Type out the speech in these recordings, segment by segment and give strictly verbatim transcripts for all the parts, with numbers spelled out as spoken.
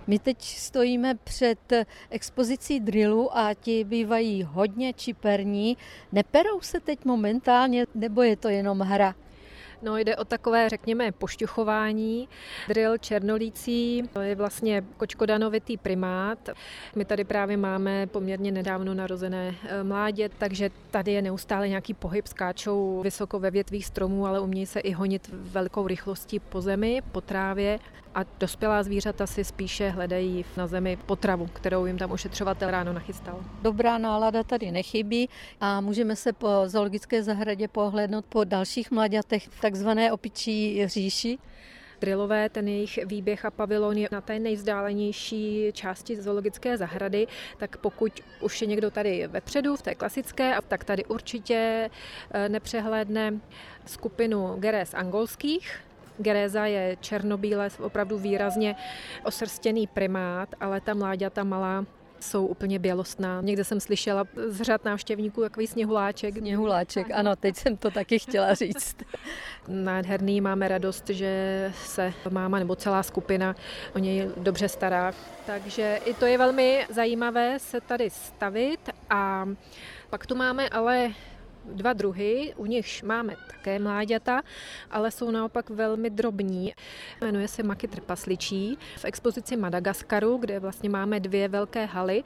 My teď stojíme před expozicí drillu a ti bývají hodně čiperní. Neperou se teď momentálně, nebo je to jenom hra? No, jde o takové, řekněme, pošťuchování. Drill černolící je vlastně kočkodanovitý primát. My tady právě máme poměrně nedávno narozené mládě, takže tady je neustále nějaký pohyb, skáčou vysoko ve větvích stromů, ale umějí se i honit velkou rychlostí po zemi, po trávě. A dospělá zvířata si spíše hledají na zemi potravu, kterou jim tam ošetřovatel ráno nachystal. Dobrá nálada tady nechybí a můžeme se po zoologické zahradě pohlédnout po dalších mlaďatech, takzvané opičí říši. Drillové, ten jejich výběh a pavilon je na té nejvzdálenější části zoologické zahrady, tak pokud už je někdo tady vepředu, v té klasické, tak tady určitě nepřehlédne skupinu gerez angolských. Geréza je černobílé, opravdu výrazně osrstěný primát, ale ta mláďata malá jsou úplně bělostná. Někde jsem slyšela z řad návštěvníků takový sněhuláček. Sněhuláček, ano, teď jsem to taky chtěla říct. Nádherný, máme radost, že se máma nebo celá skupina o něj dobře stará. Takže i to je velmi zajímavé se tady stavit a pak tu máme ale dva druhy, u nichž máme také mláďata, ale jsou naopak velmi drobní. Jmenuje se maky trpasličí v expozici Madagaskaru, kde vlastně máme dvě velké haly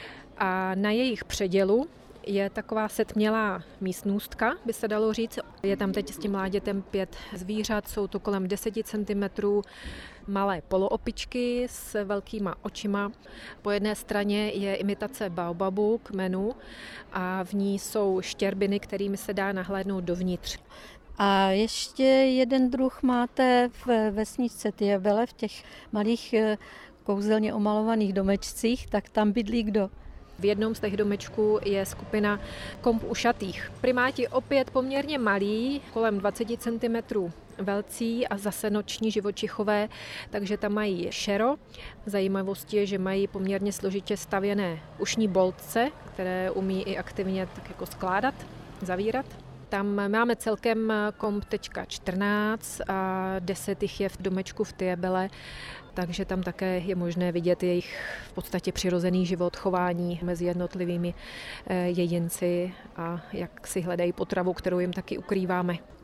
a na jejich předělu je taková setmělá místnůstka, by se dalo říct. Je tam teď s tím mládětem pět zvířat, jsou to kolem deset centimetrů malé poloopičky s velkýma očima. Po jedné straně je imitace baobabu, kmenu, a v ní jsou štěrbiny, kterými se dá nahlédnout dovnitř. A ještě jeden druh máte v vesničce Tiebele, v těch malých kouzelně omalovaných domečcích, tak tam bydlí kdo? V jednom z těch domečků je skupina komp ušatých. Primáti opět poměrně malí, kolem dvacet centimetrů velcí a zase noční živočichové, takže tam mají šero. Zajímavostí je, že mají poměrně složitě stavěné ušní boltce, které umí i aktivně tak jako skládat, zavírat. Tam máme celkem komp čtrnáct a deset jich je v domečku v Tiebele, takže tam také je možné vidět jejich v podstatě přirozený život, chování mezi jednotlivými jedinci a jak si hledají potravu, kterou jim taky ukrýváme.